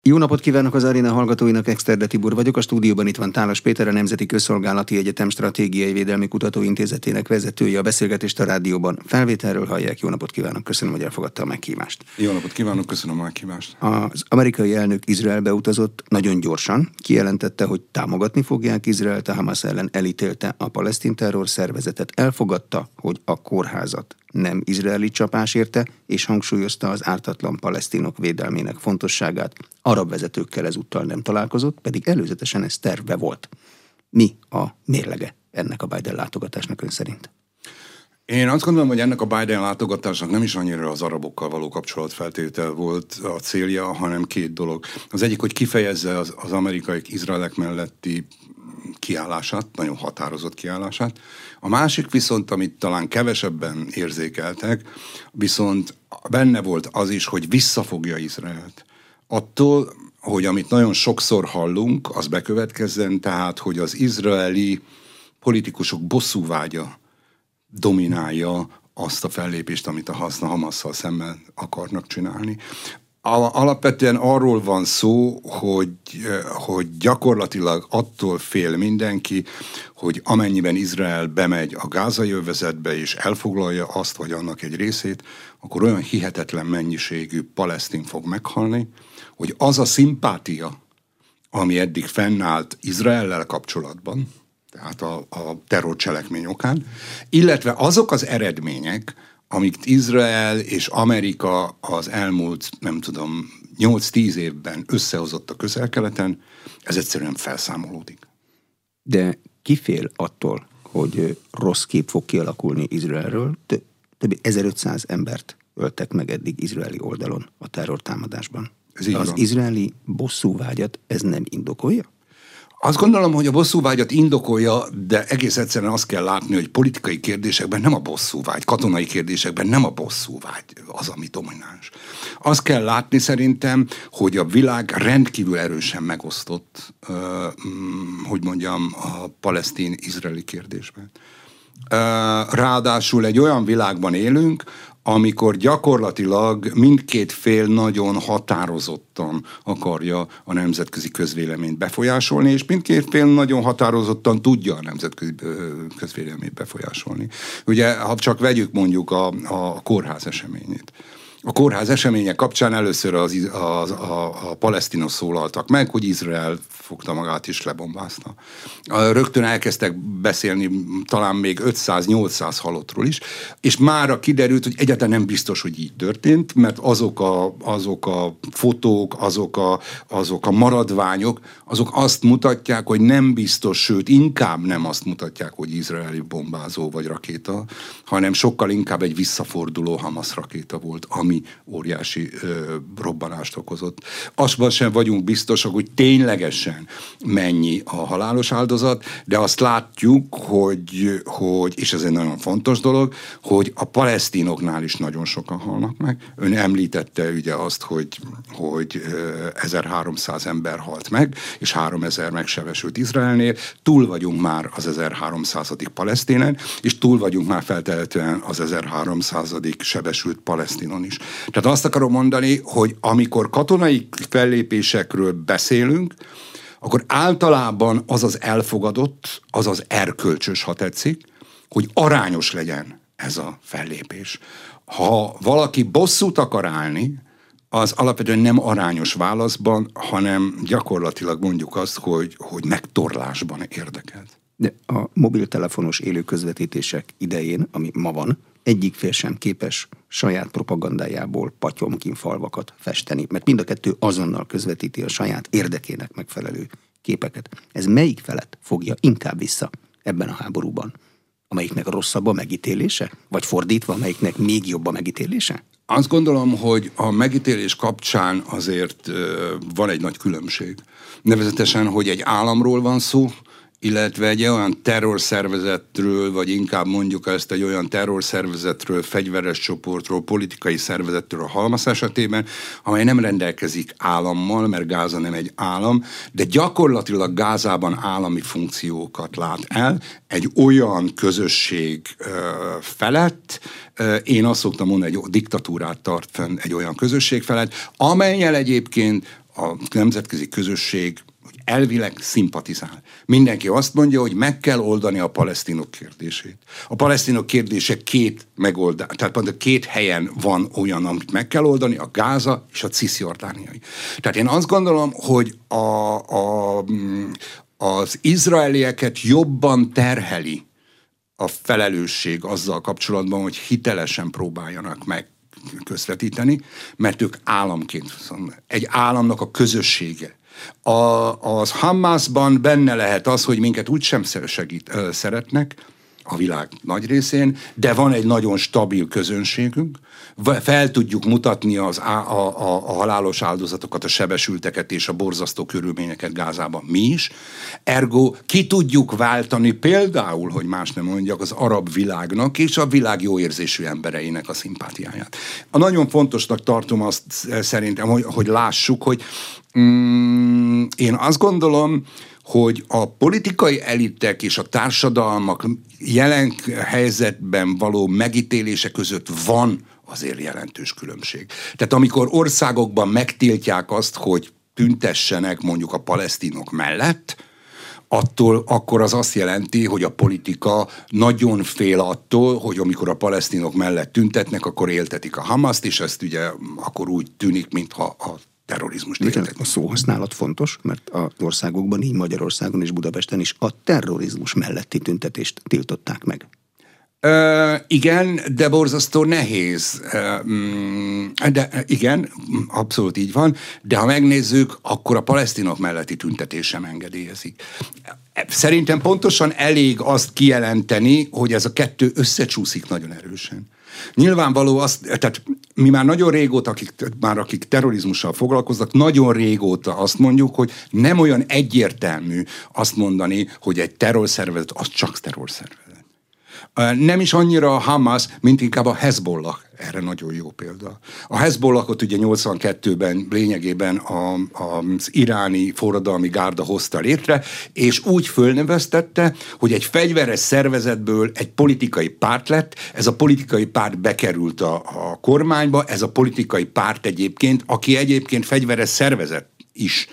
Jó napot kívánok az Aréna hallgatóinak, Exterde Tibor vagyok. A stúdióban itt van Tálas Péter, a Nemzeti Közszolgálati Egyetem Stratégiai Védelmi Kutatóintézetének vezetője. A beszélgetést a rádióban felvételről hallják. Jó napot kívánok, köszönöm, hogy elfogadta a meghívást. Jó napot kívánok, köszönöm a meghívást. Az amerikai elnök Izraelbe utazott, nagyon gyorsan kijelentette, hogy támogatni fogják Izraelt, a Hamas ellen elítélte a palesztin terrorszervezetet, elfogadta, hogy a kórházat nem izraeli csapás érte, és hangsúlyozta az ártatlan palesztinok védelmének fontosságát. Arab vezetőkkel ezúttal nem találkozott, pedig előzetesen ez tervbe volt. Mi a mérlege ennek a Biden látogatásnak ön szerint? Én azt gondolom, hogy ennek a Biden látogatásnak nem is annyira az arabokkal való kapcsolatfeltétel volt a célja, hanem két dolog. Az egyik, hogy kifejezze az amerikai izraelek melletti kiállását, nagyon határozott kiállását. A másik viszont, amit talán kevesebben érzékeltek, viszont benne volt az is, hogy visszafogja Izraelt. Attól, hogy amit nagyon sokszor hallunk, az bekövetkezzen, tehát, hogy az izraeli politikusok bosszúvágya dominálja azt a fellépést, amit a Hamasszal szemben akarnak csinálni. Alapvetően arról van szó, hogy gyakorlatilag attól fél mindenki, hogy amennyiben Izrael bemegy a gázai övezetbe és elfoglalja azt vagy annak egy részét, akkor olyan hihetetlen mennyiségű palesztin fog meghalni, hogy az a szimpátia, ami eddig fennállt Izraellel kapcsolatban, tehát a terrorcselekmény okán, illetve azok az eredmények, amit Izrael és Amerika az elmúlt, 8-10 évben összehozott a Közel-Keleten, ez egyszerűen felszámolódik. De ki fél attól, hogy rossz kép fog kialakulni Izraelről? Több 1500 embert öltek meg eddig izraeli oldalon a terrortámadásban. Az izraeli bosszúvágyat ez nem indokolja? Azt gondolom, hogy a bosszúvágyat indokolja, de egész egyszerűen azt kell látni, hogy politikai kérdésekben nem a bosszúvágy, katonai kérdésekben nem a bosszúvágy az, ami domináns. Azt kell látni szerintem, hogy a világ rendkívül erősen megosztott, a palesztin-izraeli kérdésben. Ráadásul egy olyan világban élünk, amikor gyakorlatilag mindkét fél nagyon határozottan akarja a nemzetközi közvéleményt befolyásolni, és mindkét fél nagyon határozottan tudja a nemzetközi közvéleményt befolyásolni. Ugye, ha csak vegyük mondjuk a kórház eseményét. A kórház eseménye kapcsán először a palesztinok szólaltak meg, hogy Izrael fogta magát és lebombázta. Rögtön elkezdtek beszélni talán még 500-800 halottról is, és mára kiderült, hogy egyáltalán nem biztos, hogy így történt, mert azok a fotók, azok a maradványok, azok azt mutatják, hogy nem biztos, sőt inkább nem azt mutatják, hogy izraeli bombázó vagy rakéta, hanem sokkal inkább egy visszaforduló Hamas rakéta volt, ami óriási robbanást okozott. Azban sem vagyunk biztosak, hogy ténylegesen mennyi a halálos áldozat, de azt látjuk, hogy és ez egy nagyon fontos dolog, hogy a palesztinoknál is nagyon sokan halnak meg. Ön említette ugye azt, hogy 1300 ember halt meg, és 3000 megsebesült Izraelnél. Túl vagyunk már az 1300. palesztinen, és túl vagyunk már feltehetően az 1300. sebesült palesztinon is. Tehát azt akarom mondani, hogy amikor katonai fellépésekről beszélünk, akkor általában az az elfogadott, az az erkölcsös, ha tetszik, hogy arányos legyen ez a fellépés. Ha valaki bosszút akar állni, az alapvetően nem arányos válaszban, hanem gyakorlatilag mondjuk azt, hogy megtorlásban érdekelt. De a mobiltelefonos élő közvetítések idején, ami ma van, egyik fél sem képes saját propagandájából Potyomkin falvakat festeni, mert mind a kettő azonnal közvetíti a saját érdekének megfelelő képeket. Ez melyik felet fogja inkább vissza ebben a háborúban? Amelyiknek rosszabb a megítélése? Vagy fordítva, amelyiknek még jobb a megítélése? Azt gondolom, hogy a megítélés kapcsán azért van egy nagy különbség. Nevezetesen, hogy egy államról van szó, illetve egy olyan terrorszervezetről, vagy inkább mondjuk ezt egy olyan terrorszervezetről, fegyveres csoportról, politikai szervezetről a Hamas esetében, amely nem rendelkezik állammal, mert Gáza nem egy állam, de gyakorlatilag Gázában állami funkciókat lát el egy olyan közösség felett, én azt szoktam mondani, egy diktatúrát tart fenn egy olyan közösség felett, amellyel egyébként a nemzetközi közösség elvileg szimpatizál. Mindenki azt mondja, hogy meg kell oldani a palesztinok kérdését. A palesztinok kérdése két megoldás, tehát két helyen van olyan, amit meg kell oldani, a Gáza és a cisjordániai. Tehát én azt gondolom, hogy az izraelieket jobban terheli a felelősség azzal kapcsolatban, hogy hitelesen próbáljanak meg közvetíteni, mert ők államként, egy államnak a közössége. Az Hamasban benne lehet az, hogy minket úgysem szeretnek a világ nagy részén, de van egy nagyon stabil közönségünk, fel tudjuk mutatni a halálos áldozatokat, a sebesülteket és a borzasztó körülményeket Gázában mi is. Ergo ki tudjuk váltani például, hogy más nem mondjak, az arab világnak és a világ jóérzésű embereinek a szimpátiáját. Nagyon fontosnak tartom azt szerintem, hogy lássuk, hogy én azt gondolom, hogy a politikai elitek és a társadalmak jelen helyzetben való megítélése között van azért jelentős különbség. Tehát amikor országokban megtiltják azt, hogy tüntessenek mondjuk a palesztinok mellett, akkor az azt jelenti, hogy a politika nagyon fél attól, hogy amikor a palesztinok mellett tüntetnek, akkor éltetik a Hamaszt, és ezt ugye akkor úgy tűnik, mintha a terrorizmus. A szóhasználat fontos, mert az országokban, így Magyarországon és Budapesten is a terrorizmus melletti tüntetést tiltották meg. Igen, de borzasztó nehéz. De igen, abszolút így van, de ha megnézzük, akkor a palesztinok melletti tüntetés sem engedélyezik. Szerintem pontosan elég azt kijelenteni, hogy ez a kettő összecsúszik nagyon erősen. Nyilvánvaló tehát mi már nagyon régóta, akik terrorizmussal foglalkoznak, nagyon régóta azt mondjuk, hogy nem olyan egyértelmű azt mondani, hogy egy terrorszervezet az csak terrorszervezet. Nem is annyira a Hamas, mint inkább a Hezbollah. Erre nagyon jó példa. A Hezbollahot ugye 82-ben lényegében az iráni forradalmi gárda hozta létre, és úgy fölneveztette, hogy egy fegyveres szervezetből egy politikai párt lett, ez a politikai párt bekerült a kormányba, ez a politikai párt egyébként, aki egyébként fegyveres szervezet is,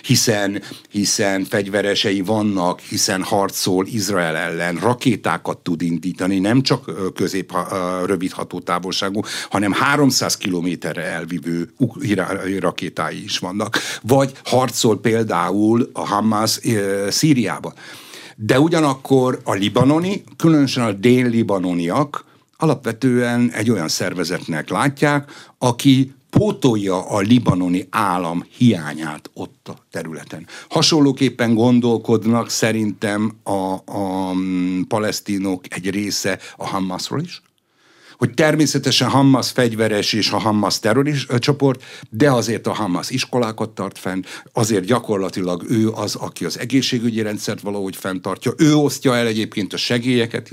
hiszen fegyveresei vannak, hiszen harcol Izrael ellen, rakétákat tud indítani, nem csak rövid hatótávolságú, hanem 300 kilométerre elvívő rakétái is vannak. Vagy harcol például a Hamas Szíriába. De ugyanakkor a libanoni, különösen a dél-libanoniak alapvetően egy olyan szervezetnek látják, aki pótolja a libanoni állam hiányát ott a területen. Hasonlóképpen gondolkodnak szerintem a palesztinok egy része a Hamasról is, hogy természetesen Hamas fegyveres és a Hamas terrorista csoport, de azért a Hamas iskolákat tart fenn, azért gyakorlatilag ő az, aki az egészségügyi rendszert valahogy fenntartja, ő osztja el egyébként a segélyeket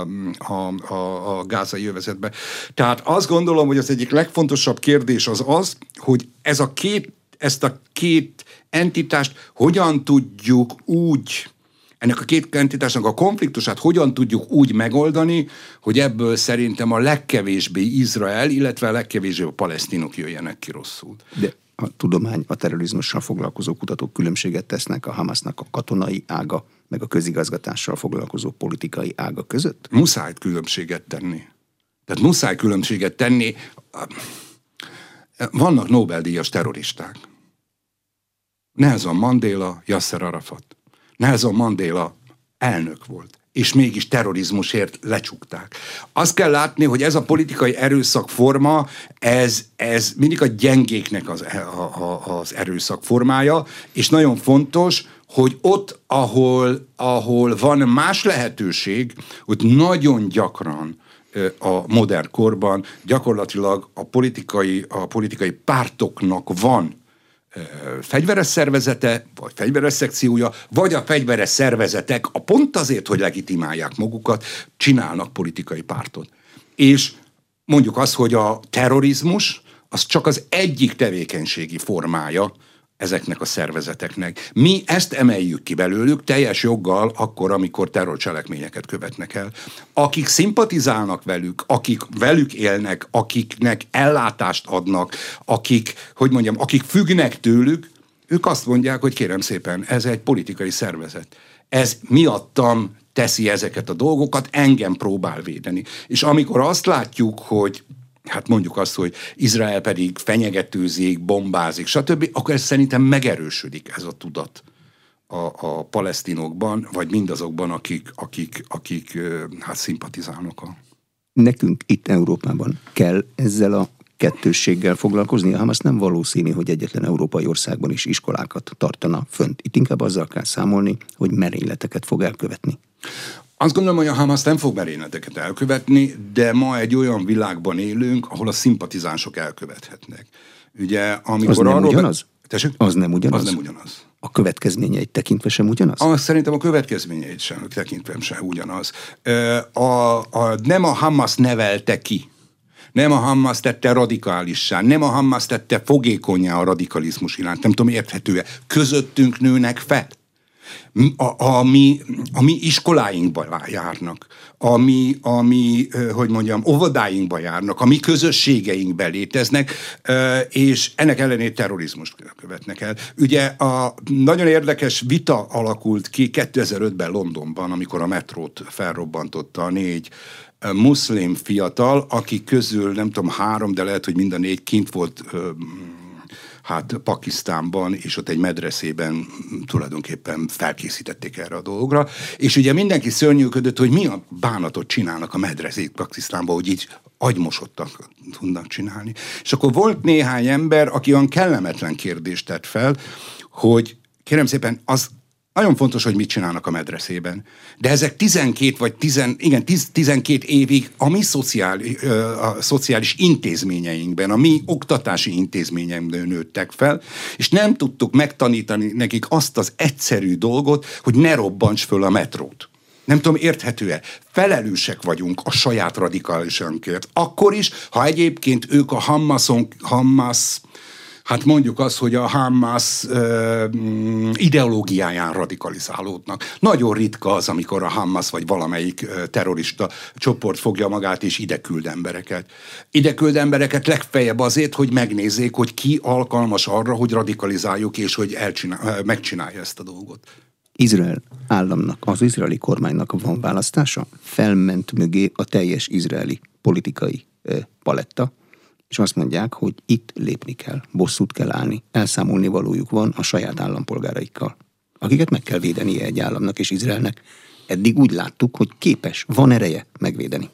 a gázai övezetbe. Tehát azt gondolom, hogy az egyik legfontosabb kérdés az, hogy ezt a két entitást hogyan tudjuk úgy, ennek a két entitásnak a konfliktusát hogyan tudjuk úgy megoldani, hogy ebből szerintem a legkevésbé Izrael, illetve a legkevésbé a palesztinok jöjjenek ki rosszul. De a tudomány, a terrorizmussal foglalkozó kutatók különbséget tesznek a Hamasnak a katonai ága, meg a közigazgatással foglalkozó politikai ága között? Muszáj különbséget tenni. Tehát muszáj különbséget tenni. Vannak Nobel-díjas terroristák. Nelson Mandela, Yasser Arafat. Nelson Mandela elnök volt, és mégis terrorizmusért lecsukták. Azt kell látni, hogy ez a politikai erőszakforma, ez mindig a gyengéknek az erőszakformája, és nagyon fontos, hogy ott, ahol van más lehetőség, ott nagyon gyakran a modern korban gyakorlatilag a politikai pártoknak van fegyveres szervezete, vagy fegyveres szekciója, vagy a fegyveres szervezetek pont azért, hogy legitimálják magukat, csinálnak politikai pártot. És mondjuk azt, hogy a terrorizmus az csak az egyik tevékenységi formája ezeknek a szervezeteknek. Mi ezt emeljük ki belőlük teljes joggal akkor, amikor terrorcselekményeket követnek el. Akik szimpatizálnak velük, akik velük élnek, akiknek ellátást adnak, akik függnek tőlük, ők azt mondják, hogy kérem szépen, ez egy politikai szervezet. Ez miattam teszi ezeket a dolgokat, engem próbál védeni. És amikor azt látjuk, hogy hát mondjuk azt, hogy Izrael pedig fenyegetőzik, bombázik, stb., akkor ez szerintem megerősödik ez a tudat a palesztinokban, vagy mindazokban, akik hát szimpatizálnak. Nekünk itt Európában kell ezzel a kettősséggel foglalkozni. A Hamas nem valószínű, hogy egyetlen európai országban is iskolákat tartana fönt. Itt inkább azzal kell számolni, hogy merényleteket fog elkövetni. Azt gondolom, hogy a Hamas nem fog merényleteket elkövetni, de ma egy olyan világban élünk, ahol a szimpatizánsok elkövethetnek. Ugye, amikor az nem ugyanaz? Az nem ugyanaz. A következményeit tekintve sem ugyanaz? Szerintem a következményeit sem tekintve sem ugyanaz. Nem a Hamas nevelte ki. Nem a Hamas tette radikálissá, nem a Hamas tette fogékonnyá a radikalizmus iránt. Nem tudom, érthető-e. Közöttünk nőnek fel. A mi iskoláinkba járnak, óvodáinkba járnak, a mi közösségeinkbe léteznek, és ennek ellenére terrorizmust követnek el. Ugye nagyon érdekes vita alakult ki 2005-ben Londonban, amikor a metrót felrobbantotta 4 muszlim fiatal, akik közül nem tudom 3, de lehet, hogy mind a 4 kint volt Pakisztánban, és ott egy medreszében tulajdonképpen felkészítették erre a dologra, és ugye mindenki szörnyűködött, hogy mi a bánatot csinálnak a medreszék Pakisztánban, hogy így agymosottak tudnak csinálni. És akkor volt néhány ember, aki olyan kellemetlen kérdést tett fel, hogy kérem szépen, az nagyon fontos, hogy mit csinálnak a medreszében. De ezek 12 évig a mi szociális intézményeinkben, a mi oktatási intézményeinkben nőttek fel, és nem tudtuk megtanítani nekik azt az egyszerű dolgot, hogy ne robbants föl a metrót. Nem tudom, érthető-e? Felelősek vagyunk a saját radikálisankért. Akkor is, ha egyébként ők a Hamas, hát mondjuk azt, hogy a Hamas ideológiáján radikalizálódnak. Nagyon ritka az, amikor a Hamas vagy valamelyik terrorista csoport fogja magát és ide küld embereket. Ide küld embereket legfeljebb azért, hogy megnézzék, hogy ki alkalmas arra, hogy radikalizáljuk és hogy megcsinálja ezt a dolgot. Izrael államnak, az izraeli kormánynak van választása? Felment mögé a teljes izraeli politikai paletta, és azt mondják, hogy itt lépni kell, bosszút kell állni, elszámolni valójuk van a saját állampolgáraikkal, akiket meg kell védenie egy államnak és Izraelnek. Eddig úgy láttuk, hogy képes, van ereje megvédeni.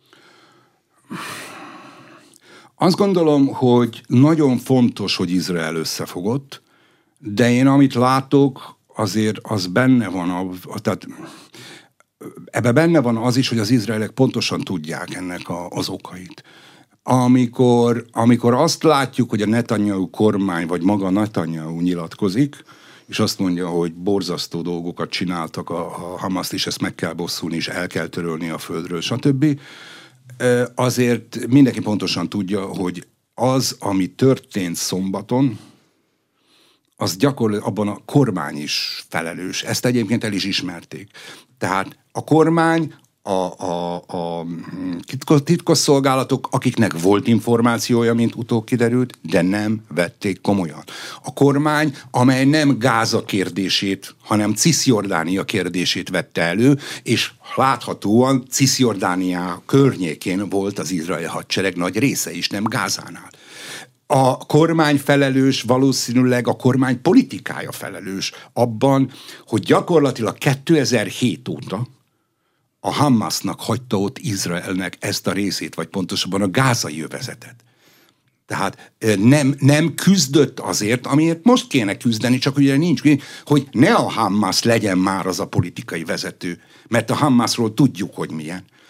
Azt gondolom, hogy nagyon fontos, hogy Izrael összefogott, de én amit látok, azért az benne van, tehát ebben benne van az is, hogy az izraelek pontosan tudják ennek az okait. Amikor azt látjuk, hogy a Netanyahu kormány, vagy maga Netanyahu nyilatkozik, és azt mondja, hogy borzasztó dolgokat csináltak a Hamaszt, és ezt meg kell bosszulni, és el kell törölni a földről, stb. Azért mindenki pontosan tudja, hogy az, ami történt szombaton, az gyakorlatilag abban a kormány is felelős. Ezt egyébként el is ismerték. Tehát a kormány, a titkosszolgálatok, akiknek volt információja, mint utóbb kiderült, de nem vették komolyan. A kormány, amely nem Gáza kérdését, hanem Cisjordánia kérdését vette elő, és láthatóan Cisjordánia környékén volt az izraeli hadsereg nagy része is, nem Gázánál. A kormány felelős, valószínűleg a kormány politikája felelős abban, hogy gyakorlatilag 2007 óta a Hamasnak hagyta ott Izraelnek ezt a részét, vagy pontosabban a gázai övezetet. Tehát nem küzdött azért, amiért most kéne küzdeni, csak ugye nincs, hogy ne a Hamas legyen már az a politikai vezető, mert a Hamasról tudjuk, hogy milyen.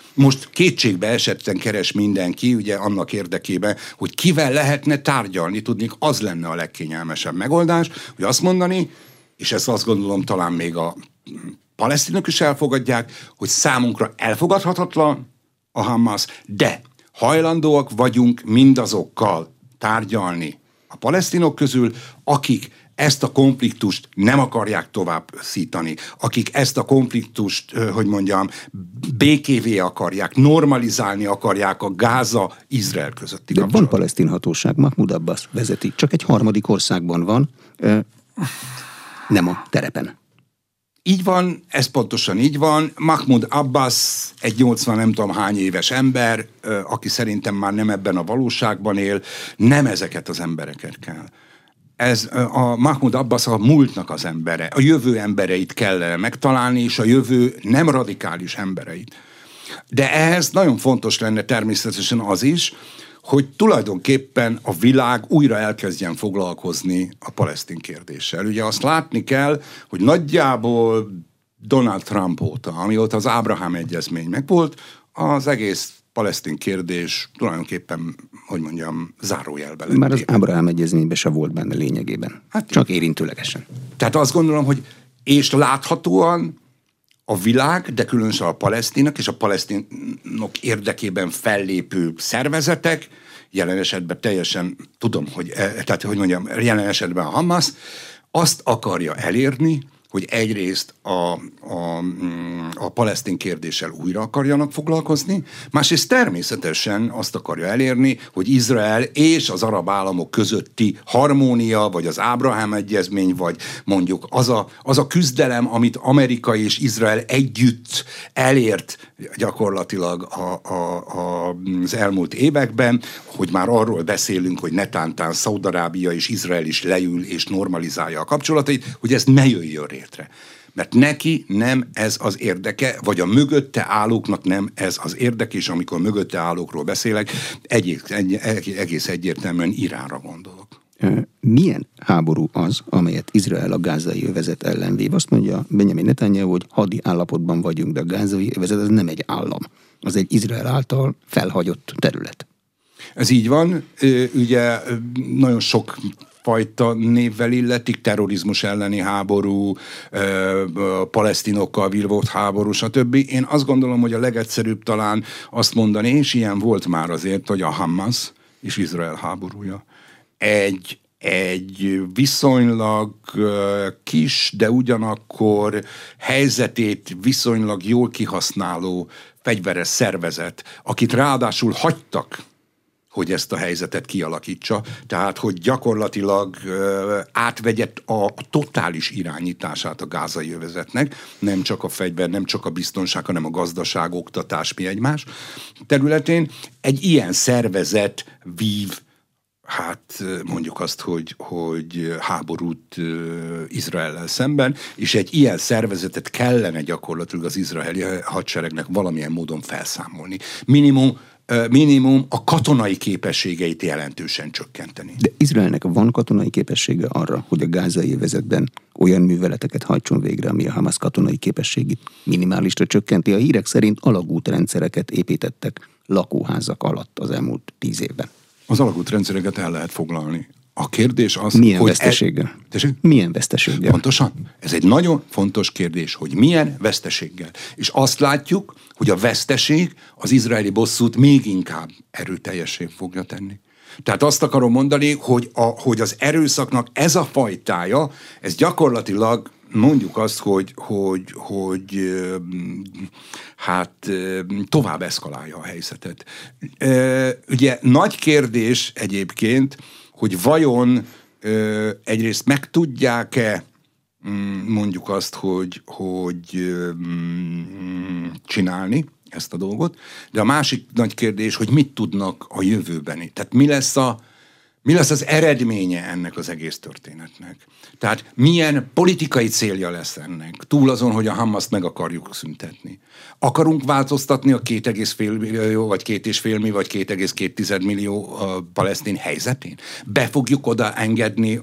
Most kétségbe esetten keres mindenki, ugye annak érdekében, hogy kivel lehetne tárgyalni, tudnék, az lenne a legkényelmesebb megoldás, hogy azt mondani, és ezt azt gondolom talán még a palesztinok is elfogadják, hogy számunkra elfogadhatatlan a Hamas, de hajlandóak vagyunk mindazokkal tárgyalni a palesztinok közül, akik ezt a konfliktust nem akarják tovább szítani, akik ezt a konfliktust, hogy mondjam, békévé akarják, normalizálni akarják a Gáza-Izrael közötti kapcsolatot. De van palesztin hatóság, Mahmoud Abbas vezeti, csak egy harmadik országban van, nem a terepen. Így van, ez pontosan így van. Mahmoud Abbas egy 80 nem tudom hány éves ember, aki szerintem már nem ebben a valóságban él, nem ezeket az embereket kell. Ez a Mahmoud Abbas a múltnak az embere, a jövő embereit kellene megtalálni, és a jövő nem radikális embereit. De ehhez nagyon fontos lenne természetesen az is, hogy tulajdonképpen a világ újra elkezdjen foglalkozni a palesztin kérdéssel. Ugye azt látni kell, hogy nagyjából Donald Trump óta, amióta az Ábrahám egyezmény megvolt, az egész palesztin kérdés tulajdonképpen, hogy mondjam, zárójelbe lett. Már az Ábrahám egyezményben se volt benne lényegében. Hát csak érintőlegesen. Tehát azt gondolom, hogy és láthatóan a világ, de különösen a palesztinok és a palesztinok érdekében fellépő szervezetek, jelen esetben teljesen, tudom, hogy, tehát hogy mondjam, jelen esetben a Hamas, azt akarja elérni, hogy egyrészt a palesztin kérdéssel újra akarjanak foglalkozni, másrészt természetesen azt akarja elérni, hogy Izrael és az arab államok közötti harmónia, vagy az Ábrahám egyezmény, vagy mondjuk az a küzdelem, amit Amerika és Izrael együtt elért gyakorlatilag az elmúlt években, hogy már arról beszélünk, hogy netántán Szaúd-Arábia és Izrael is leül és normalizálja a kapcsolatait, hogy ez ne jöjjön létre. Mert neki nem ez az érdeke, vagy a mögötte állóknak nem ez az érdeke, és amikor mögötte állókról beszélek, egész egyértelműen Iránra gondolok. Milyen háború az, amelyet Izrael a gázai övezet ellen vív? Azt mondja Benjamin Netanyahu, hogy hadi állapotban vagyunk, de a gázai övezet az nem egy állam. Az egy Izrael által felhagyott terület. Ez így van. Ugye nagyon sok fajta névvel illetik, terrorizmus elleni háború, palesztinokkal vívott háború, stb. Én azt gondolom, hogy a legegyszerűbb talán azt mondani, és ilyen volt már azért, hogy a Hamas és Izrael háborúja. Egy viszonylag kis, de ugyanakkor helyzetét viszonylag jól kihasználó fegyveres szervezet, akit ráadásul hagytak, hogy ezt a helyzetet kialakítsa, tehát hogy gyakorlatilag átvegye a totális irányítását a gázai övezetnek, nem csak a fegyver, nem csak a biztonság, hanem a gazdaság, oktatás, mi egymás területén. Egy ilyen szervezet vív, hát mondjuk azt, hogy háborút Izraellel szemben, és egy ilyen szervezetet kellene gyakorlatilag az izraeli hadseregnek valamilyen módon felszámolni. Minimum a katonai képességeit jelentősen csökkenteni. De Izraelnek van katonai képessége arra, hogy a gázai övezetben olyan műveleteket hajtson végre, ami a Hamas katonai képességét minimálisra csökkenti. A hírek szerint alagútrendszereket építettek lakóházak alatt az elmúlt 10 évben. Az alagútrendszereket el lehet foglalni. A kérdés az, milyen hogy... veszteséggel? Milyen veszteséggel? Pontosan. Ez egy nagyon fontos kérdés, hogy milyen veszteséggel. És azt látjuk, hogy a veszteség az izraeli bosszút még inkább erőteljessé fogja tenni. Tehát azt akarom mondani, hogy az erőszaknak ez a fajtája, ez gyakorlatilag mondjuk azt, hogy tovább eszkalálja a helyzetet. Ugye nagy kérdés egyébként, hogy vajon egyrészt meg tudják-e mondjuk azt, hogy csinálni ezt a dolgot, de a másik nagy kérdés, hogy mit tudnak a jövőbeni. Tehát Mi lesz az eredménye ennek az egész történetnek? Tehát milyen politikai célja lesz ennek? Túl azon, hogy a Hamaszt meg akarjuk szüntetni. Akarunk változtatni a 2,5 millió, vagy 2,5 millió, vagy 2,2 millió palesztin helyzetén? Be fogjuk oda engedni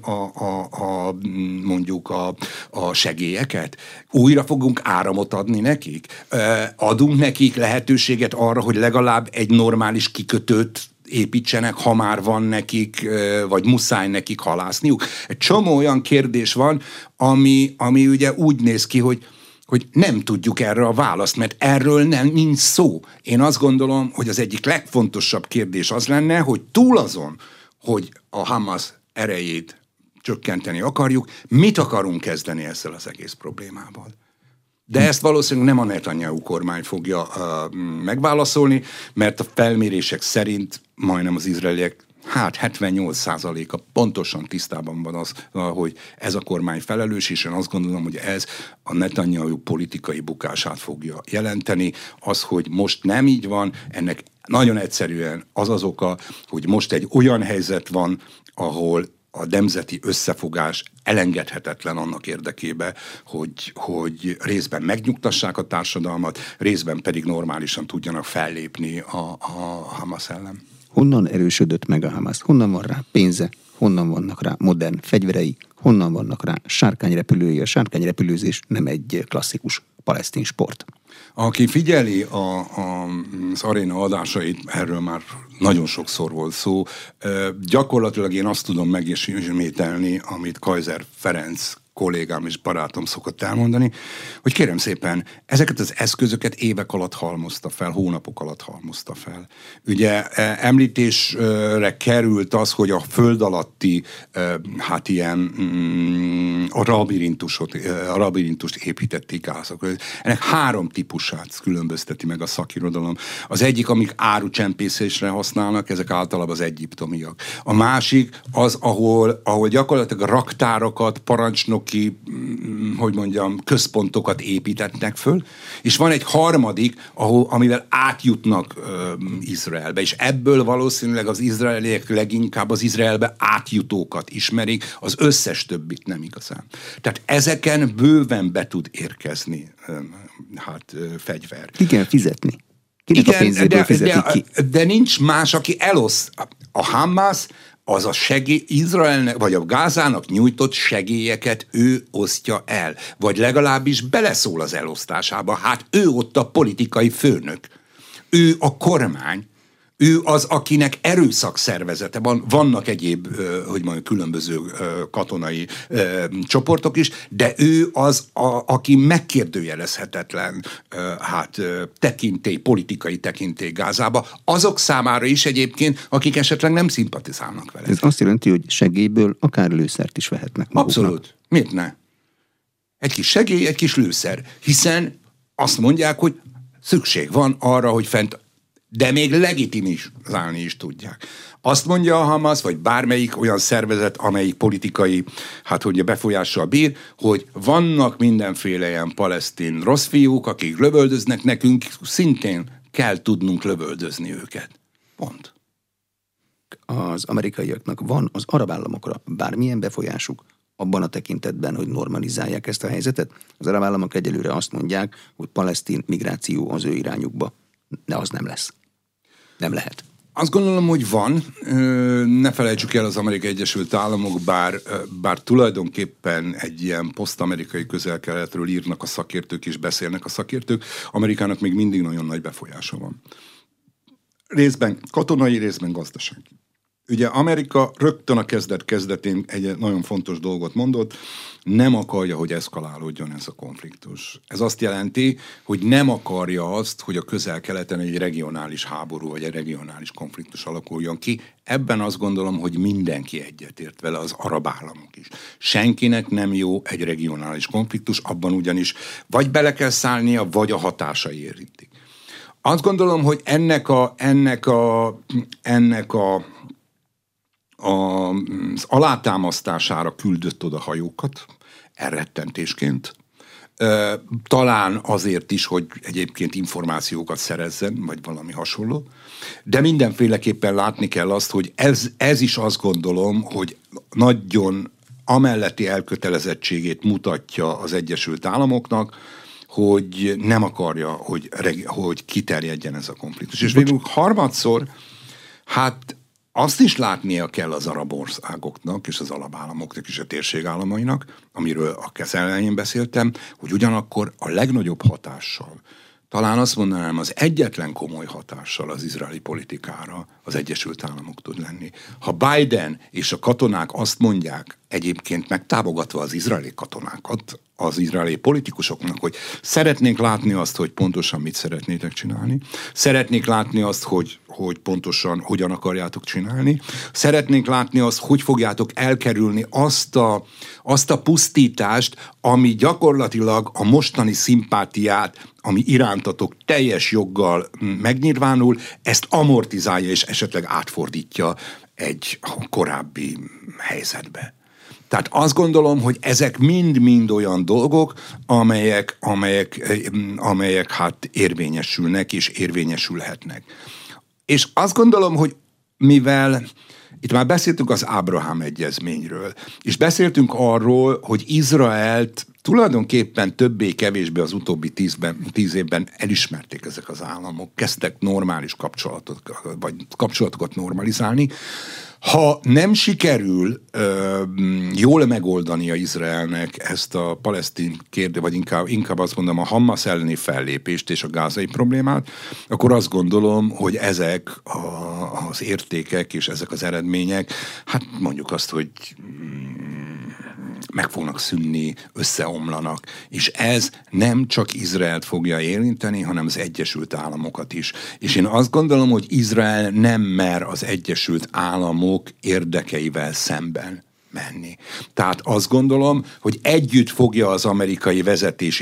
mondjuk a segélyeket? Újra fogunk áramot adni nekik? Adunk nekik lehetőséget arra, hogy legalább egy normális kikötőt építsenek, ha már van nekik, vagy muszáj nekik halászniuk. Egy csomó olyan kérdés van, ami ugye úgy néz ki, hogy nem tudjuk erre a választ, mert erről nincs szó. Én azt gondolom, hogy az egyik legfontosabb kérdés az lenne, hogy túl azon, hogy a Hamas erejét csökkenteni akarjuk, mit akarunk kezdeni ezzel az egész problémával. De ezt valószínűleg nem a Netanyahu kormány fogja megválaszolni, mert a felmérések szerint majdnem az izraeliek 78%-a pontosan tisztában van az, hogy ez a kormány felelős, és én azt gondolom, hogy ez a Netanyahu politikai bukását fogja jelenteni. Az, hogy most nem így van, ennek nagyon egyszerűen az az oka, hogy most egy olyan helyzet van, ahol a nemzeti összefogás elengedhetetlen annak érdekébe, hogy részben megnyugtassák a társadalmat, részben pedig normálisan tudjanak fellépni a Hamas ellen. Honnan erősödött meg a Hamas? Honnan van rá pénze? Honnan vannak rá modern fegyverei? Honnan vannak rá sárkányrepülői? A sárkányrepülőzés nem egy klasszikus palesztin sport. Aki figyeli az aréna adásait, erről már nagyon sokszor volt szó, gyakorlatilag én azt tudom megismételni, amit Kaiser Ferenc kollégám és barátom szokott elmondani, hogy kérem szépen, ezeket az eszközöket évek alatt halmozta fel, hónapok alatt halmozta fel. Ugye említésre került az, hogy a föld alatti a labirintust építették Gázak. Ennek 3 típusát különbözteti meg a szakirodalom. Az egyik, amik árucsempészésre használnak, ezek általában az egyiptomiak. A másik az, ahol gyakorlatilag raktárakat, parancsnok központokat építettek föl, és van egy harmadik, amivel átjutnak Izraelbe, és ebből valószínűleg az izraeliek leginkább az Izraelbe átjutókat ismerik, az összes többit nem igazán. Tehát ezeken bőven be tud érkezni fegyver. Ki kell fizetni? Kinek a pénzéből fizetik ki? De nincs más, aki elosz. A Hamas az a Izraelnek, vagy a Gázának nyújtott segélyeket ő osztja el. Vagy legalábbis beleszól az elosztásába. Hát ő ott a politikai főnök. Ő a kormány. Ő az, akinek erőszakszervezete van. Vannak egyéb, különböző katonai csoportok is, de ő az, aki megkérdőjelezhetetlen politikai tekintély Gázába. Azok számára is egyébként, akik esetleg nem szimpatizálnak vele. Ez azt jelenti, hogy segélyből akár lőszert is vehetnek maguknak. Abszolút. Miért ne? Egy kis segély, egy kis lőszer. Hiszen azt mondják, hogy szükség van arra, hogy de még legitimizálni is tudják. Azt mondja a Hamas, vagy bármelyik olyan szervezet, amelyik politikai, befolyással bír, hogy vannak mindenféle ilyen palesztin rossz fiúk, akik lövöldöznek nekünk, szintén kell tudnunk lövöldözni őket. Pont. Az amerikaiaknak van az arab államokra bármilyen befolyásuk abban a tekintetben, hogy normalizálják ezt a helyzetet? Az arab államok egyelőre azt mondják, hogy palesztin migráció az ő irányukba. De az nem lesz. Nem lehet. Azt gondolom, hogy van. Ne felejtsük el, az Amerikai Egyesült Államok, bár tulajdonképpen egy ilyen posztamerikai közel-keletről írnak a szakértők és beszélnek a szakértők, Amerikának még mindig nagyon nagy befolyása van. Részben katonai, részben gazdasági. Ugye Amerika rögtön a kezdetén egy nagyon fontos dolgot mondott, nem akarja, hogy eszkalálódjon ez a konfliktus. Ez azt jelenti, hogy nem akarja azt, hogy a közel-keleten egy regionális háború vagy egy regionális konfliktus alakuljon ki. Ebben azt gondolom, hogy mindenki egyetért vele, az arab államok is. Senkinek nem jó egy regionális konfliktus, abban ugyanis vagy bele kell szállnia, vagy a hatásai érintik. Azt gondolom, hogy ennek az alátámasztására küldött oda hajókat, elrettentésként. talán azért is, hogy egyébként információkat szerezzen, vagy valami hasonló. De mindenféleképpen látni kell azt, hogy ez is azt gondolom, hogy nagyon amelletti elkötelezettségét mutatja az Egyesült Államoknak, hogy nem akarja, hogy kiterjedjen ez a konfliktus. És végül harmadszor, hát azt is látnia kell az arab országoknak, és az arab államoknak, és a térség államainak, amiről a elején beszéltem, hogy ugyanakkor a legnagyobb hatással, talán azt mondanám, az egyetlen komoly hatással az izraeli politikára az Egyesült Államok tud lenni. Ha Biden és a katonák azt mondják, egyébként megtámogatva az izraeli katonákat, az izraeli politikusoknak, hogy szeretnénk látni azt, hogy pontosan mit szeretnétek csinálni, szeretnék látni azt, hogy pontosan hogyan akarjátok csinálni, szeretnénk látni azt, hogy fogjátok elkerülni azt a pusztítást, ami gyakorlatilag a mostani szimpátiát, ami irántatok teljes joggal megnyilvánul, ezt amortizálja és esetleg átfordítja egy korábbi helyzetbe. Tehát azt gondolom, hogy ezek mind-mind olyan dolgok, amelyek hát érvényesülnek és érvényesülhetnek. És azt gondolom, hogy mivel itt már beszéltünk az Ábrahám egyezményről, és beszéltünk arról, hogy Izraelt tulajdonképpen többé-kevésbé az utóbbi 10 évben elismerték ezek az államok, kezdtek normális kapcsolatokat normalizálni. Ha nem sikerül jól megoldania Izraelnek ezt a palesztin kérdést, vagy inkább azt mondom a Hamas elleni fellépést és a gázai problémát, akkor azt gondolom, hogy ezek az értékek és ezek az eredmények, hát mondjuk azt, hogy meg fognak szűnni, összeomlanak. És ez nem csak Izraelt fogja érinteni, hanem az Egyesült Államokat is. És én azt gondolom, hogy Izrael nem mer az Egyesült Államok érdekeivel szemben menni. Tehát azt gondolom, hogy együtt fogja az amerikai vezetés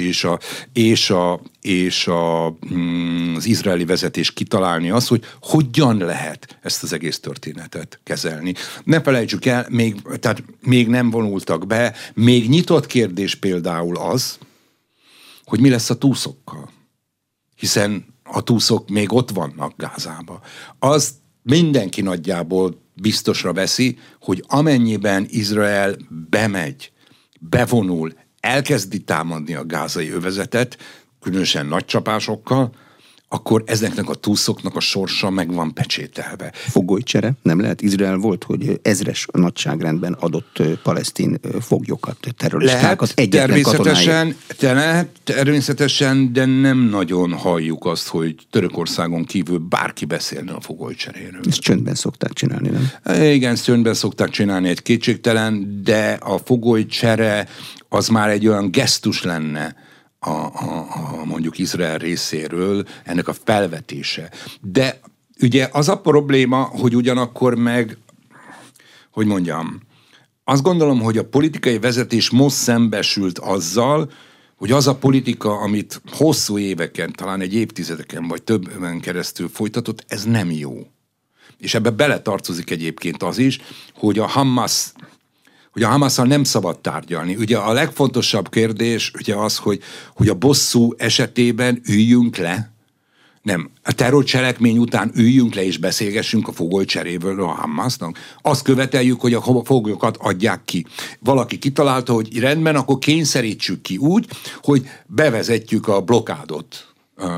és az izraeli vezetés kitalálni azt, hogy hogyan lehet ezt az egész történetet kezelni. Ne felejtsük el, még nem vonultak be, még nyitott kérdés például az, hogy mi lesz a túszokkal. Hiszen a túszok még ott vannak Gázában. Az mindenki nagyjából biztosra veszi, hogy amennyiben Izrael bemegy, bevonul, elkezdi támadni a gázai övezetet, különösen nagy csapásokkal, akkor ezeknek a túszoknak a sorsa meg van pecsételve. Fogolycsere nem lehet? Izrael volt, hogy ezres nagyságrendben adott palesztin foglyokat, terroristákat, egyetlen katonáért. Természetesen, de nem nagyon halljuk azt, hogy Törökországon kívül bárki beszélne a fogolycseréről. Ezt csöndben szokták csinálni, nem? Igen, csöndben szokták csinálni, egy kétségtelen, de a fogolycsere az már egy olyan gesztus lenne, mondjuk Izrael részéről ennek a felvetése. De ugye az a probléma, hogy ugyanakkor meg, hogy mondjam, azt gondolom, hogy a politikai vezetés most szembesült azzal, hogy az a politika, amit hosszú éveken, talán egy évtizedeken vagy többen keresztül folytatott, ez nem jó. És ebbe beletartozik egyébként az is, hogy a Hamasszal nem szabad tárgyalni. Ugye a legfontosabb kérdés ugye az, hogy a bosszú esetében üljünk le, nem, a terrorcselekmény után üljünk le és beszélgessünk a fogolycseréről a Hamasnak. Azt követeljük, hogy a foglyokat adják ki. Valaki kitalálta, hogy rendben, akkor kényszerítsük ki úgy, hogy bevezetjük a blokádot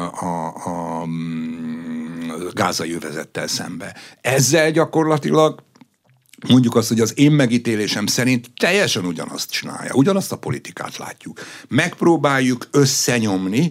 a gázai övezettel szembe. Ezzel gyakorlatilag mondjuk azt, hogy az én megítélésem szerint teljesen ugyanazt csinálja, ugyanazt a politikát látjuk. Megpróbáljuk összenyomni,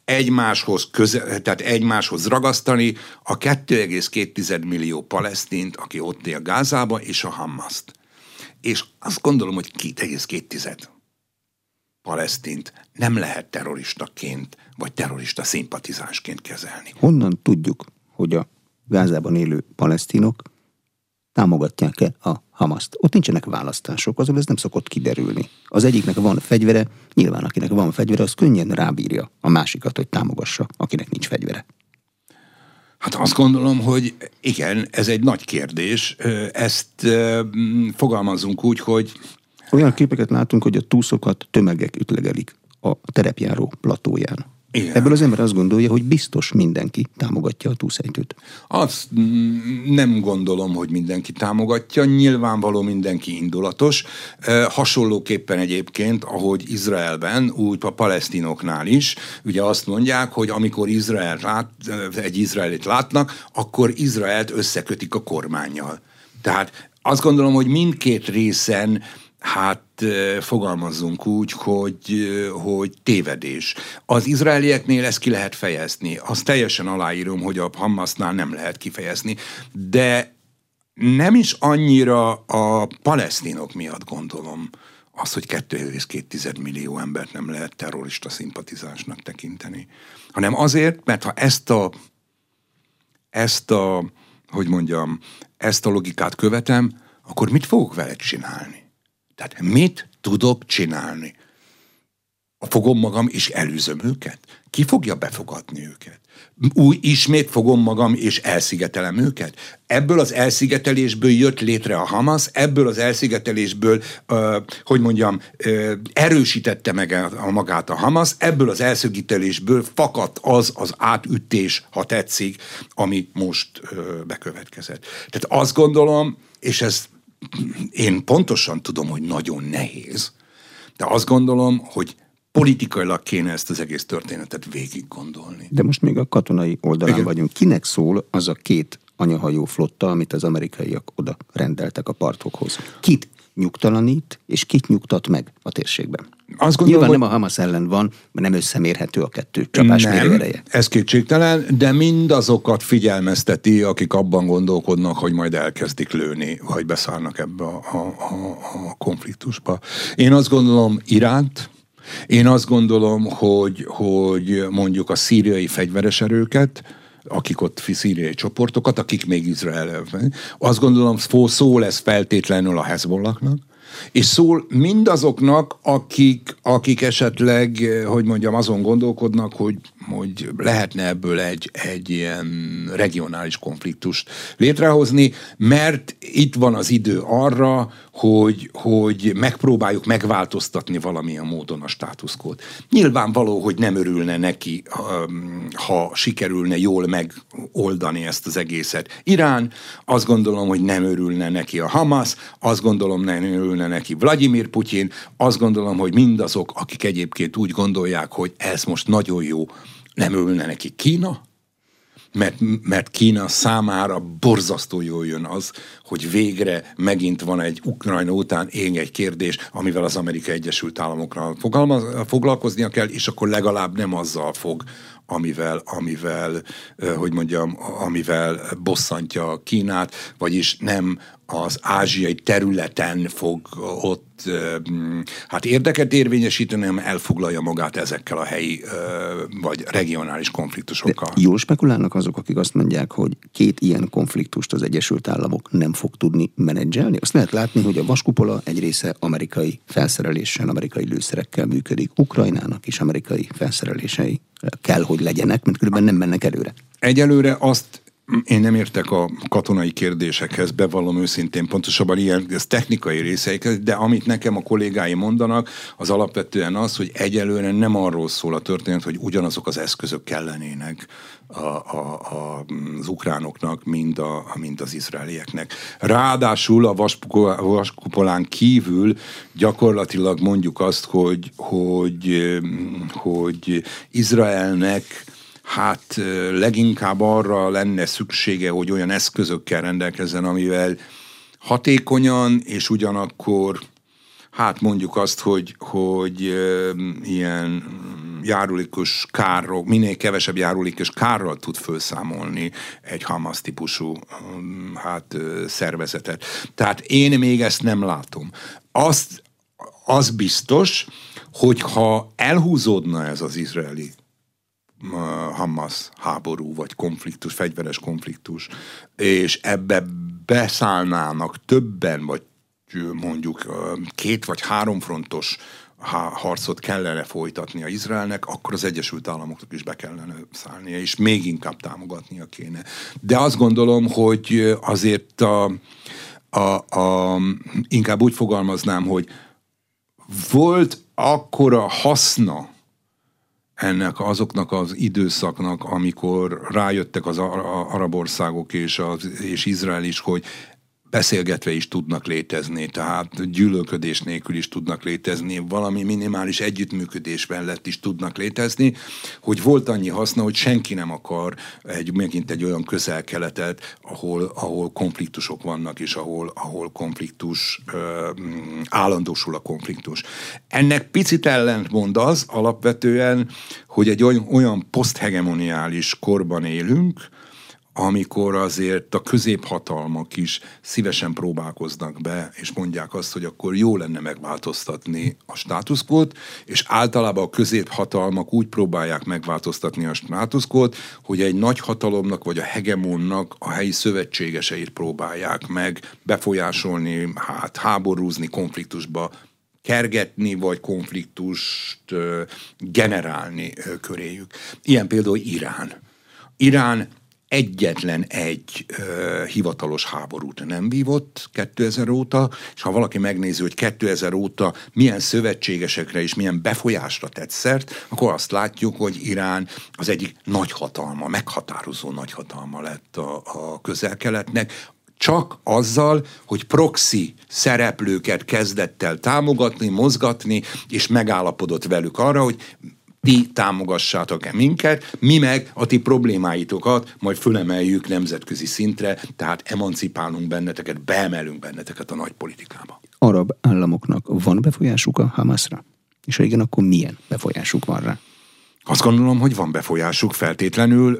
tehát egymáshoz ragasztani a 2,2 millió palesztint, aki ott él Gázába, és a Hamaszt. És azt gondolom, hogy 2,2 palesztint nem lehet terroristaként, vagy terrorista szimpatizánsként kezelni. Honnan tudjuk, hogy a Gázában élő palesztinok támogatják-e a Hamaszt? Ott nincsenek választások, azon ez nem szokott kiderülni. Az egyiknek van fegyvere, nyilván akinek van fegyvere, az könnyen rábírja a másikat, hogy támogassa, akinek nincs fegyvere. Hát azt gondolom, hogy igen, ez egy nagy kérdés. Ezt fogalmazunk úgy, hogy... Olyan képeket látunk, hogy a túszokat tömegek ütlegelik a terepjáró platóján. Igen. Ebből az ember azt gondolja, hogy biztos mindenki támogatja a túlszejtőt. Azt nem gondolom, hogy mindenki támogatja, nyilvánvaló mindenki indulatos. Hasonlóképpen egyébként, ahogy Izraelben, úgy a palesztinoknál is, ugye azt mondják, hogy amikor egy izraelit látnak, akkor Izraelt összekötik a kormánnyal. Tehát azt gondolom, hogy mindkét részen fogalmazzunk úgy, hogy tévedés. Az izraelieknél ezt ki lehet fejezni. Azt teljesen aláírom, hogy a Hamasnál nem lehet kifejezni. De nem is annyira a palesztinok miatt gondolom azt, hogy 2,2 millió embert nem lehet terrorista szimpatizánsnak tekinteni. Hanem azért, mert ha ezt a logikát követem, akkor mit fogok vele csinálni? Tehát mit tudok csinálni? Fogom magam és elűzöm őket? Ki fogja befogadni őket? Ismét fogom magam és elszigetelem őket? Ebből az elszigetelésből jött létre a Hamas, ebből az elszigetelésből, erősítette meg magát a Hamas, ebből az elszigetelésből fakadt az átütés, ha tetszik, ami most bekövetkezett. Tehát azt gondolom, és ez én pontosan tudom, hogy nagyon nehéz, de azt gondolom, hogy politikailag kéne ezt az egész történetet végig gondolni. De most még a katonai oldalán vagyunk. Kinek szól az a 2 anyahajó flotta, amit az amerikaiak oda rendeltek a partokhoz? Kit nyugtalanít, és kit nyugtat meg a térségben? Azt gondolom, nyilván nem a Hamas ellen van, mert nem összemérhető a 2 csapás mérőereje. Ez kétségtelen, de mindazokat figyelmezteti, akik abban gondolkodnak, hogy majd elkezdik lőni, vagy beszállnak ebbe a konfliktusba. Én azt gondolom Iránt, én azt gondolom, hogy mondjuk a szíriai fegyveres erőket, akik ott szíriai csoportokat, akik még Izraelben. Azt gondolom, szól ez feltétlenül a Hezbollahnak, és szól mindazoknak, akik esetleg, azon gondolkodnak, hogy lehetne ebből egy ilyen regionális konfliktust létrehozni, mert itt van az idő arra, hogy megpróbáljuk megváltoztatni valamilyen módon a státuszkót. Nyilvánvaló, hogy nem örülne neki, ha sikerülne jól megoldani ezt az egészet. Irán, azt gondolom, hogy nem örülne neki a Hamas, azt gondolom, nem örülne neki Vladimir Putyin, azt gondolom, hogy mindazok, akik egyébként úgy gondolják, hogy ez most nagyon jó, nem örülne neki Kína, mert Kína számára borzasztó jól jön az, hogy végre megint van egy Ukrajna után egy kérdés, amivel az Amerikai Egyesült Államokra foglalkoznia kell, és akkor legalább nem azzal fog, amivel bosszantja Kínát, vagyis nem az ázsiai területen fog ott érdeket érvényesíteni, hanem elfoglalja magát ezekkel a helyi vagy regionális konfliktusokkal. De jól spekulálnak azok, akik azt mondják, hogy 2 ilyen konfliktust az Egyesült Államok nem fog tudni menedzselni? Azt lehet látni, hogy a vaskupola egy része amerikai felszereléssel, amerikai lőszerekkel működik. Ukrajnának is amerikai felszerelései kell, hogy legyenek, mert különben nem mennek előre. Egyelőre azt én nem értek a katonai kérdésekhez, bevallom őszintén, pontosabban ilyen ez technikai részeikhez, de amit nekem a kollégáim mondanak, az alapvetően az, hogy egyelőre nem arról szól a történet, hogy ugyanazok az eszközök kellenének az ukránoknak, mint az izraelieknek. Ráadásul a vaskupolán kívül gyakorlatilag mondjuk azt, hogy Izraelnek leginkább arra lenne szüksége, hogy olyan eszközökkel rendelkezzen, amivel hatékonyan, és ugyanakkor mondjuk azt, hogy ilyen járulékos károk, minél kevesebb járulékos kárral tud felszámolni egy Hamas típusú szervezetet. Tehát én még ezt nem látom. Az biztos, hogyha elhúzódna ez az izraeli Hamas háború, vagy konfliktus, fegyveres konfliktus, és ebbe beszállnának többen, vagy mondjuk 2 vagy 3 frontos harcot kellene folytatnia Izraelnek, akkor az Egyesült Államoknak is be kellene szállnia, és még inkább támogatnia kéne. De azt gondolom, hogy azért inkább úgy fogalmaznám, hogy volt akkora haszna ennek azoknak az időszaknak, amikor rájöttek az arab országok és Izrael is, hogy beszélgetve is tudnak létezni, tehát gyűlölködés nélkül is tudnak létezni, valami minimális együttműködés mellett is tudnak létezni, hogy volt annyi haszna, hogy senki nem akar megint egy olyan közel-keletet, ahol konfliktusok vannak, és ahol konfliktus, állandósul a konfliktus. Ennek picit ellentmond az alapvetően, hogy egy olyan poszthegemoniális korban élünk, amikor azért a középhatalmak is szívesen próbálkoznak be, és mondják azt, hogy akkor jó lenne megváltoztatni a státuszkót, és általában a középhatalmak úgy próbálják megváltoztatni a státuszkót, hogy egy nagy hatalomnak vagy a hegemónnak a helyi szövetségeseit próbálják meg befolyásolni, háborúzni, konfliktusba kergetni, vagy konfliktust generálni köréjük. Ilyen például Irán. Irán egyetlen egy hivatalos háborút nem vívott 2000 óta, és ha valaki megnézi, hogy 2000 óta milyen szövetségesekre és milyen befolyásra tett szert, akkor azt látjuk, hogy Irán az egyik nagyhatalma, meghatározó nagyhatalma lett a közel-keletnek, csak azzal, hogy proxy szereplőket kezdett el támogatni, mozgatni, és megállapodott velük arra, hogy ti támogassátok-e minket, mi meg a ti problémáitokat majd fölemeljük nemzetközi szintre, tehát emancipálunk benneteket, beemelünk benneteket a nagy politikába. Arab államoknak van befolyásuk a Hamasra? És ha igen, akkor milyen befolyásuk van rá? Azt gondolom, hogy van befolyásuk feltétlenül.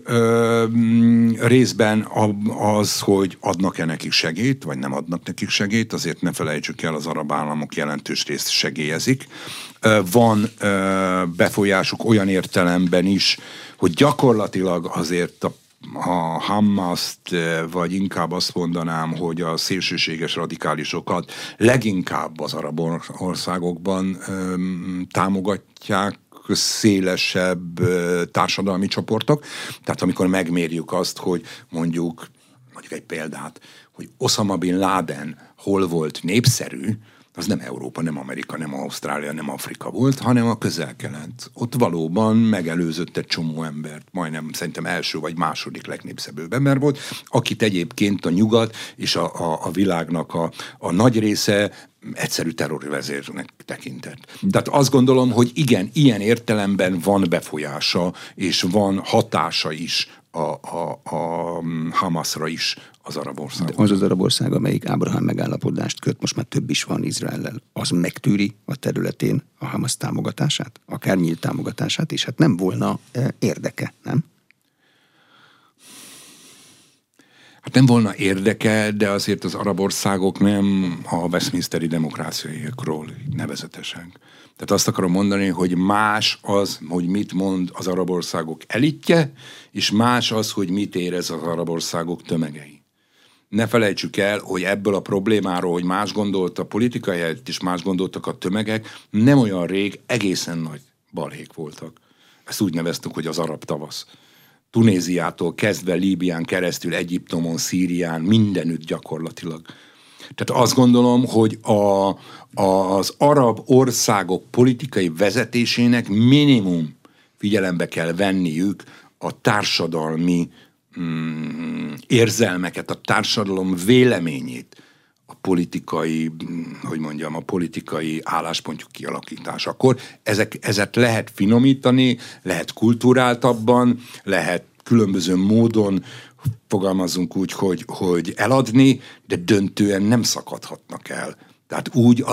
Részben az, hogy adnak-e nekik segélyt, vagy nem adnak nekik segélyt, azért ne felejtsük el, az arab államok jelentős részt segélyezik. Van befolyásuk olyan értelemben is, hogy gyakorlatilag azért a Hamaszt, vagy inkább azt mondanám, hogy a szélsőséges radikálisokat leginkább az arab országokban támogatják, szélesebb társadalmi csoportok. Tehát amikor megmérjük azt, hogy mondjuk egy példát, hogy Osama Bin Laden hol volt népszerű, az nem Európa, nem Amerika, nem Ausztrália, nem Afrika volt, hanem a közel-kelet. Ott valóban megelőzött egy csomó embert, majdnem szerintem első vagy második legnépszerűbb ember volt, akit egyébként a nyugat és a világnak a nagy része egyszerű terrorvezérnek tekintett. Tehát azt gondolom, hogy igen, ilyen értelemben van befolyása, és van hatása is a Hamasra is az arab ország. Az az arab ország, amelyik Ábrahám megállapodást köt, most már több is van Izraellel, az megtűri a területén a Hamas támogatását, akár nyílt támogatását is. Hát nem volna érdeke, nem? Hát nem volna érdeke, de azért az arab országok nem a Westminsteri demokráciáikról nevezetesen. Tehát azt akarom mondani, hogy más az, hogy mit mond az arab országok elitje, és más az, hogy mit érez az arab országok tömegei. Ne felejtsük el, hogy ebből a problémáról, hogy más gondolt a politikai elit, és más gondoltak a tömegek, nem olyan rég egészen nagy balhék voltak. Ezt úgy neveztük, hogy az arab tavasz. Tunéziától kezdve Líbián keresztül, Egyiptomon, Szírián, mindenütt gyakorlatilag. Tehát azt gondolom, hogy az arab országok politikai vezetésének minimum figyelembe kell venniük a társadalmi érzelmeket, a társadalom véleményét, a politikai álláspontjuk kialakításakor. Ezet lehet finomítani, lehet kulturáltabban, lehet különböző módon, fogalmazunk úgy, hogy eladni, de döntően nem szakadhatnak el. Tehát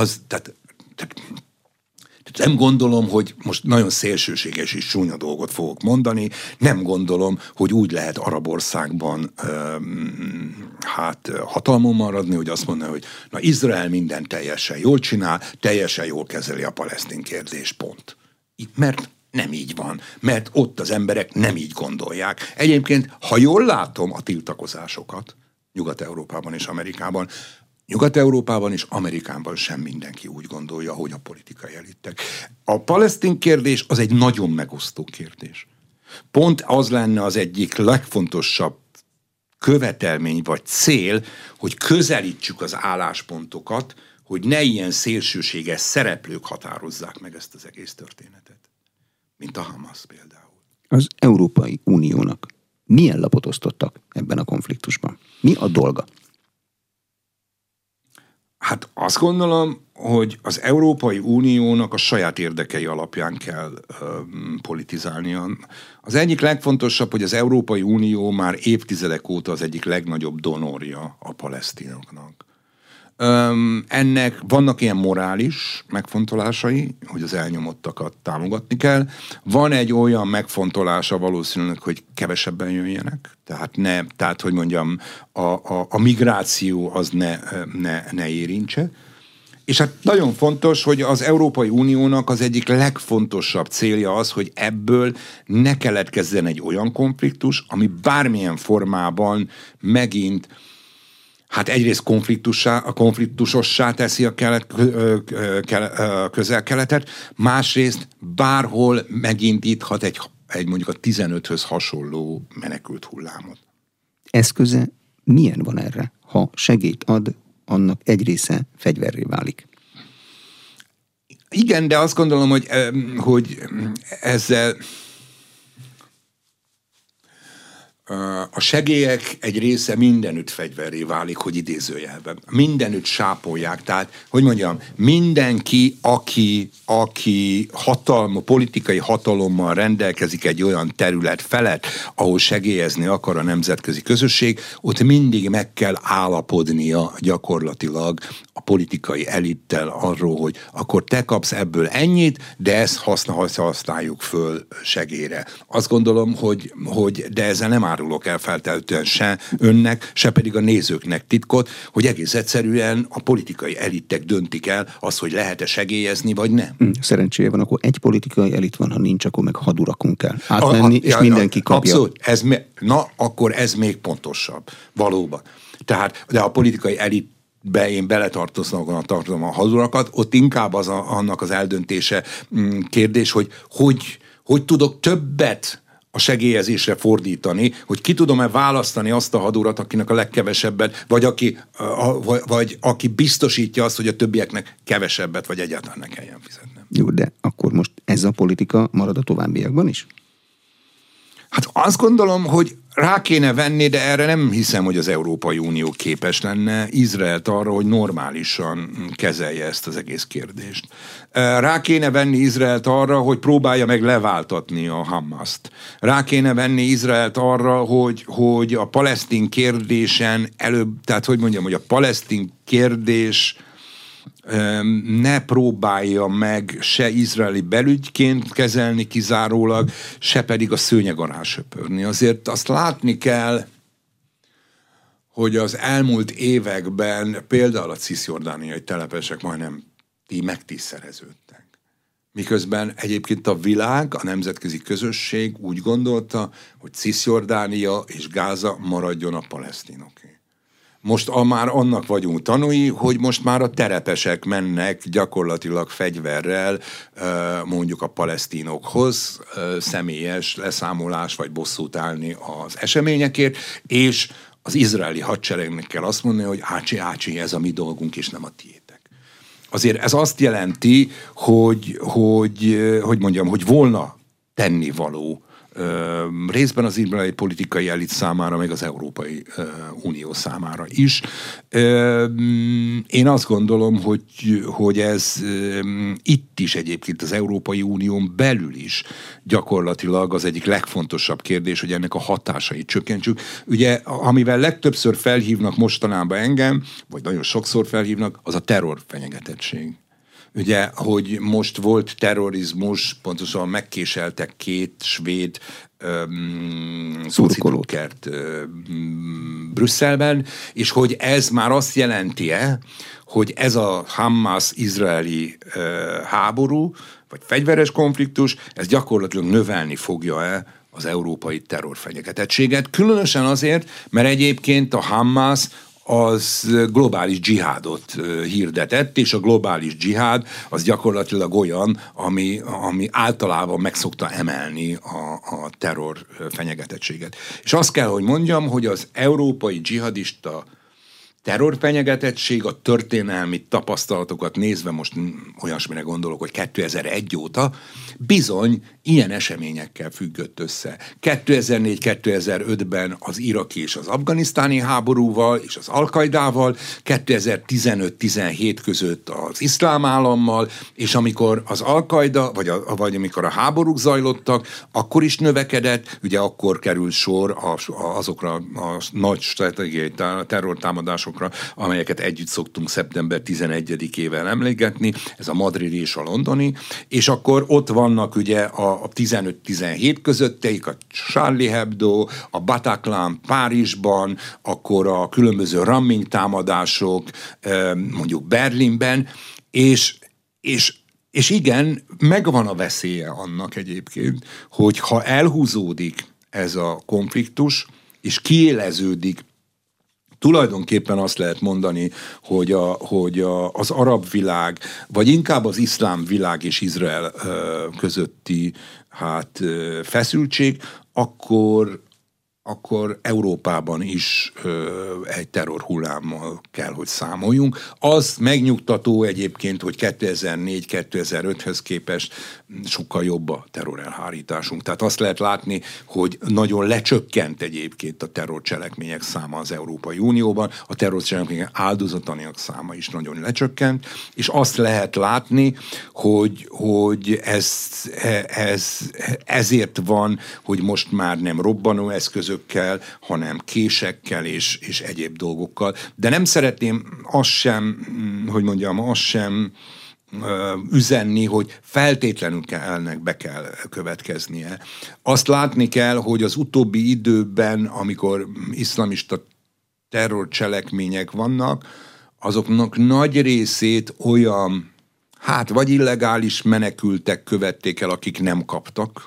nem gondolom, hogy most nagyon szélsőséges és csúnya dolgot fogok mondani, nem gondolom, hogy úgy lehet arab országban hatalmon maradni, hogy azt mondani, hogy na Izrael mindent teljesen jól csinál, teljesen jól kezeli a palesztin kérdés, pont. Mert nem így van, mert ott az emberek nem így gondolják. Egyébként, ha jól látom a tiltakozásokat Nyugat-Európában és Amerikában, Nyugat-Európában és Amerikában sem mindenki úgy gondolja, hogy a politikai elitek. A palesztin kérdés az egy nagyon megosztó kérdés. Pont az lenne az egyik legfontosabb követelmény vagy cél, hogy közelítsük az álláspontokat, hogy ne ilyen szélsőséges szereplők határozzák meg ezt az egész történetet, mint a Hamas például. Az Európai Uniónak milyen lapot osztottak ebben a konfliktusban? Mi a dolga? Hát azt gondolom, hogy az Európai Uniónak a saját érdekei alapján kell politizálnia. Az egyik legfontosabb, hogy az Európai Unió már évtizedek óta az egyik legnagyobb donorja a palesztinoknak. Ennek vannak ilyen morális megfontolásai, hogy az elnyomottakat támogatni kell. Van egy olyan megfontolása valószínűleg, hogy kevesebben jöjjenek. Tehát hogy mondjam, a migráció az ne érintse. És hát nagyon fontos, hogy az Európai Uniónak az egyik legfontosabb célja az, hogy ebből ne keletkezzen egy olyan konfliktus, ami bármilyen formában megint hát egyrészt konfliktusossá teszi a közel-keletet, másrészt bárhol megindíthat egy mondjuk a 15-höz hasonló menekült hullámot. Eszköze milyen van erre? Ha segélyt ad, annak egy része fegyverré válik. Igen, de azt gondolom, hogy ezzel a segélyek egy része mindenütt fegyverré válik, hogy idézőjelben. Mindenütt sápolják. Tehát, hogy mondjam, mindenki, aki politikai hatalommal rendelkezik egy olyan terület felett, ahol segélyezni akar a nemzetközi közösség, ott mindig meg kell állapodnia gyakorlatilag a politikai elittel arról, hogy akkor te kapsz ebből ennyit, de ezt használjuk föl segélyre. Azt gondolom, hogy de ezzel nem árulok el feltétlenül se önnek, se pedig a nézőknek titkot, hogy egész egyszerűen a politikai elitek döntik el azt, hogy lehet-e segélyezni, vagy nem. Szerencséje van, akkor egy politikai elit van, ha nincs, akkor meg hadurakon kell átmenni, és mindenki kapja. Abszolút. Akkor ez még pontosabb. Valóban. Tehát, de a politikai elit én beletartozom a hadurakat, ott inkább annak az eldöntése kérdés, hogy tudok többet a segélyezésre fordítani, hogy ki tudom-e választani azt a hadurat, akinek a legkevesebbet, vagy aki biztosítja azt, hogy a többieknek kevesebbet, vagy egyáltalán ne kelljen fizetnem. Jó, de akkor most ez a politika marad a továbbiakban is? Hát azt gondolom, hogy rá kéne venni, de erre nem hiszem, hogy az Európai Unió képes lenne Izraelt arra, hogy normálisan kezelje ezt az egész kérdést. Rá kéne venni Izraelt arra, hogy próbálja meg leváltatni a Hamaszt. Rá kéne venni Izraelt arra, hogy a palesztin kérdésen tehát hogy mondjam, hogy a palesztin kérdés ne próbálja meg se izraeli belügyként kezelni kizárólag, se pedig a szőnyeg alá söpörni. Azért azt látni kell, hogy az elmúlt években például a cisjordániai telepesek majdnem megtízszereződtek. Miközben egyébként a világ, a nemzetközi közösség úgy gondolta, hogy Cisjordánia és Gáza maradjon a palesztinoké. Most már annak vagyunk tanúi, hogy most már a terepesek mennek gyakorlatilag fegyverrel mondjuk a palesztinokhoz személyes leszámolás vagy bosszút állni az eseményekért, és az izraeli hadseregnek kell azt mondani, hogy ácsi, ez a mi dolgunk, és nem a tiétek. Azért ez azt jelenti, hogy volna tennivaló részben az izraeli politikai elit számára, meg az Európai Unió számára is. Én azt gondolom, hogy ez itt is egyébként az Európai Unión belül is gyakorlatilag az egyik legfontosabb kérdés, hogy ennek a hatásait csökkentsük. Ugye, amivel legtöbbször felhívnak mostanában engem, vagy nagyon sokszor felhívnak, az a terrorfenyegetettség. Ugye, hogy most volt terrorizmus, pontosan megkéseltek 2 svéd szurkolókert Brüsszelben, és hogy ez már azt jelenti-e, hogy ez a Hamas-izraeli háború, vagy fegyveres konfliktus, ez gyakorlatilag növelni fogja-e az európai terrorfenyegetettséget. Különösen azért, mert egyébként a Hamas az globális dzsihádot hirdetett, és a globális dzsihád az gyakorlatilag olyan, ami általában meg szokta emelni a terror fenyegetettséget. És azt kell, hogy mondjam, hogy az európai dzsihadista terrorfenyegetettség a történelmi tapasztalatokat nézve, most olyasmire gondolok, hogy 2001 óta bizony ilyen eseményekkel függött össze. 2004-2005-ben az iraki és az afganisztáni háborúval és az Al-Qaidával, 2015-17 között az iszlám állammal, és amikor az Al-Qaida, vagy amikor a háborúk zajlottak, akkor is növekedett, ugye akkor került sor azokra a nagy stratégiai terrortámadásokra, amelyeket együtt szoktunk szeptember 11-ével emlégetni, ez a madridi és a londoni, és akkor ott vannak ugye a 15-17 közötteik, a Charlie Hebdo, a Bataclan Párizsban, akkor a különböző ramming támadások, mondjuk Berlinben, és igen, megvan a veszélye annak egyébként, hogy ha elhúzódik ez a konfliktus, és kiéleződik, tulajdonképpen azt lehet mondani, hogy az arab világ, vagy inkább az iszlám világ és Izrael közötti feszültség, akkor Európában is egy terrorhullámmal kell, hogy számoljunk. Az megnyugtató egyébként, hogy 2004-2005-höz képest sokkal jobb a terrorelhárításunk. Tehát azt lehet látni, hogy nagyon lecsökkent egyébként a terrorcselekmények száma az Európai Unióban, a terrorcselekmények áldozatának száma is nagyon lecsökkent, és azt lehet látni, hogy ez ezért van, hogy most már nem robbanó eszközökkel, hanem késekkel és egyéb dolgokkal. De nem szeretném azt sem üzenni, hogy feltétlenül ennek be kell következnie. Azt látni kell, hogy az utóbbi időben, amikor iszlamista terrorcselekmények vannak, azoknak nagy részét olyan, vagy illegális menekültek követték el, akik nem kaptak,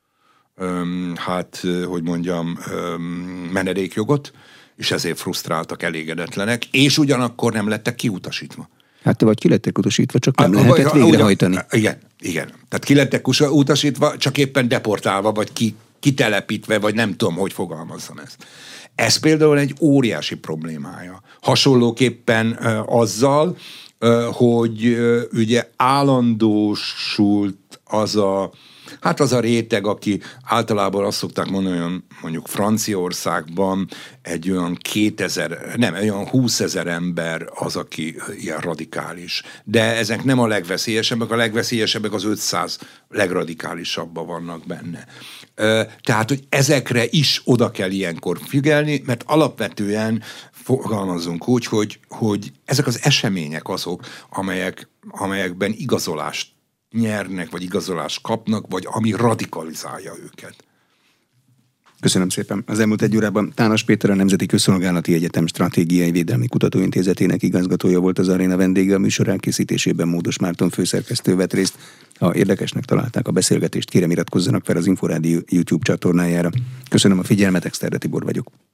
menedékjogot, és ezért frusztráltak, elégedetlenek, és ugyanakkor nem lettek kiutasítva. Vagy ki lettek utasítva, csak nem lehetett végrehajtani. Igen. Tehát ki lettek utasítva, csak éppen deportálva, vagy kitelepítve, vagy nem tudom, hogy fogalmazzam ezt. Ez például egy óriási problémája. Hasonlóképpen azzal, hogy ugye állandósult az a réteg, aki általában azt szokták mondani, hogy mondjuk Franciaországban egy olyan 20 000 ember az, aki ilyen radikális. De ezek nem a legveszélyesebbek az 500 legradikálisabban vannak benne. Tehát, hogy ezekre is oda kell ilyenkor figyelni, mert alapvetően fogalmazunk úgy, hogy ezek az események azok, amelyekben igazolást nyernek, vagy igazolást kapnak, vagy ami radikalizálja őket. Köszönöm szépen. Az elmúlt egy órában Tánas Péter, a Nemzeti Közszolgálati Egyetem Stratégiai Védelmi Kutatóintézetének igazgatója volt az aréna vendége, a műsor elkészítésében Módos Márton főszerkesztő vett részt. Ha érdekesnek találták a beszélgetést, kérem iratkozzanak fel az Inforádió YouTube csatornájára. Köszönöm a figyelmet, Exterde Tibor vagyok.